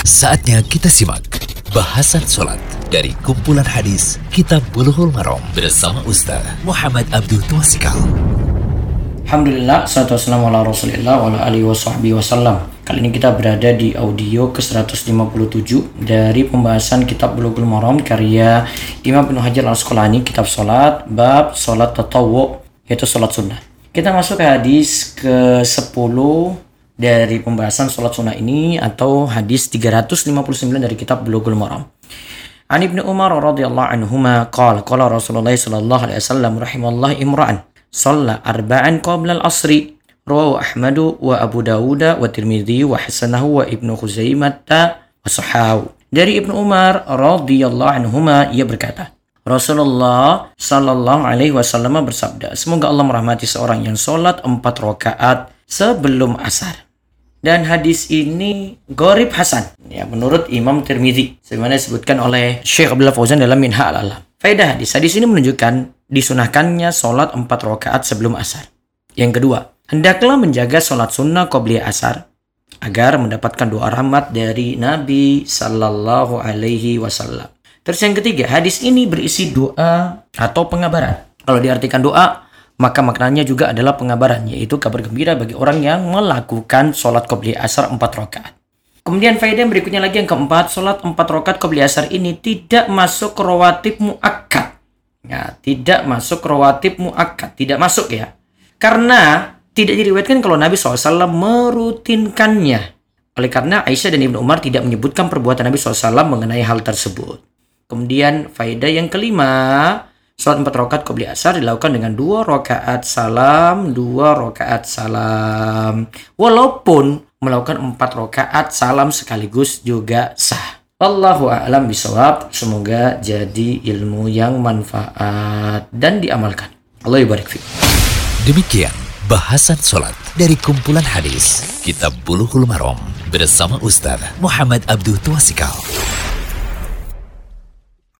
Saatnya kita simak bahasan sholat dari kumpulan hadis Kitab Bulughul Maram bersama Ustaz Muhammad Abdul Twasikal. Alhamdulillah, salatu wassalamu ala rasulillah wa ala alihi wa sahbihi wasallam. Kali ini kita berada di audio ke-157 dari pembahasan Kitab Bulughul Maram karya Imam Ibnu Hajar al-Asqalani, kitab sholat, bab sholat tatawwu, yaitu sholat sunnah. Kita masuk ke hadis ke-10 dari pembahasan sholat sunnah ini, atau hadis 359 dari Kitab Bulughul Maram. An Ibnu Umar radhiyallahu anhuma qala Rasulullah sallallahu alaihi wasallam rahimallahu imra'an shalla arba'an qabla al-asri, rawahu Ahmadu wa Abu Dawud wa Tirmidzi wa hasanahu wa Ibnu Khuzaimah wa sahahu. Dari Ibnu Umar radhiyallahu anhuma, ia berkata, Rasulullah sallallahu alaihi wasallam bersabda, semoga Allah merahmati seorang yang sholat 4 rakaat sebelum asar. Dan hadis ini gharib hasan, ya, menurut Imam Tirmidzi, sebagaimana disebutkan oleh Syekh Abdullah Fauzan dalam Minha al-Alam. Faedah hadis ini menunjukkan disunahkannya sholat 4 rakaat sebelum asar. Yang kedua, hendaklah menjaga sholat sunnah qobliyah asar agar mendapatkan doa rahmat dari Nabi sallallahu alaihi wasallam. Terus yang ketiga, hadis ini berisi doa atau pengabaran. Kalau diartikan doa, maka maknanya juga adalah pengabaran, yaitu kabar gembira bagi orang yang melakukan sholat qobliyah asar 4 rakaat. Kemudian faedah yang berikutnya lagi, yang keempat, sholat 4 rakaat qobliyah asar ini tidak masuk rawatib muakkad. Ya, tidak masuk rawatib muakkad, tidak masuk ya. Karena tidak diriwayatkan kalau Nabi SAW merutinkannya. Oleh karena Aisyah dan Ibnu Umar tidak menyebutkan perbuatan Nabi SAW mengenai hal tersebut. Kemudian faedah yang kelima, sholat 4 rakaat qobliyah asar dilakukan dengan 2 rakaat salam, 2 rakaat salam. Walaupun melakukan 4 rakaat salam sekaligus juga sah. Wallahu a'lam bishawab. Semoga jadi ilmu yang manfaat dan diamalkan. Allah yubarik fiik. Demikian bahasan sholat dari kumpulan hadis Kitab Bulughul Maram bersama Ustaz Muhammad Abdul Twasikal.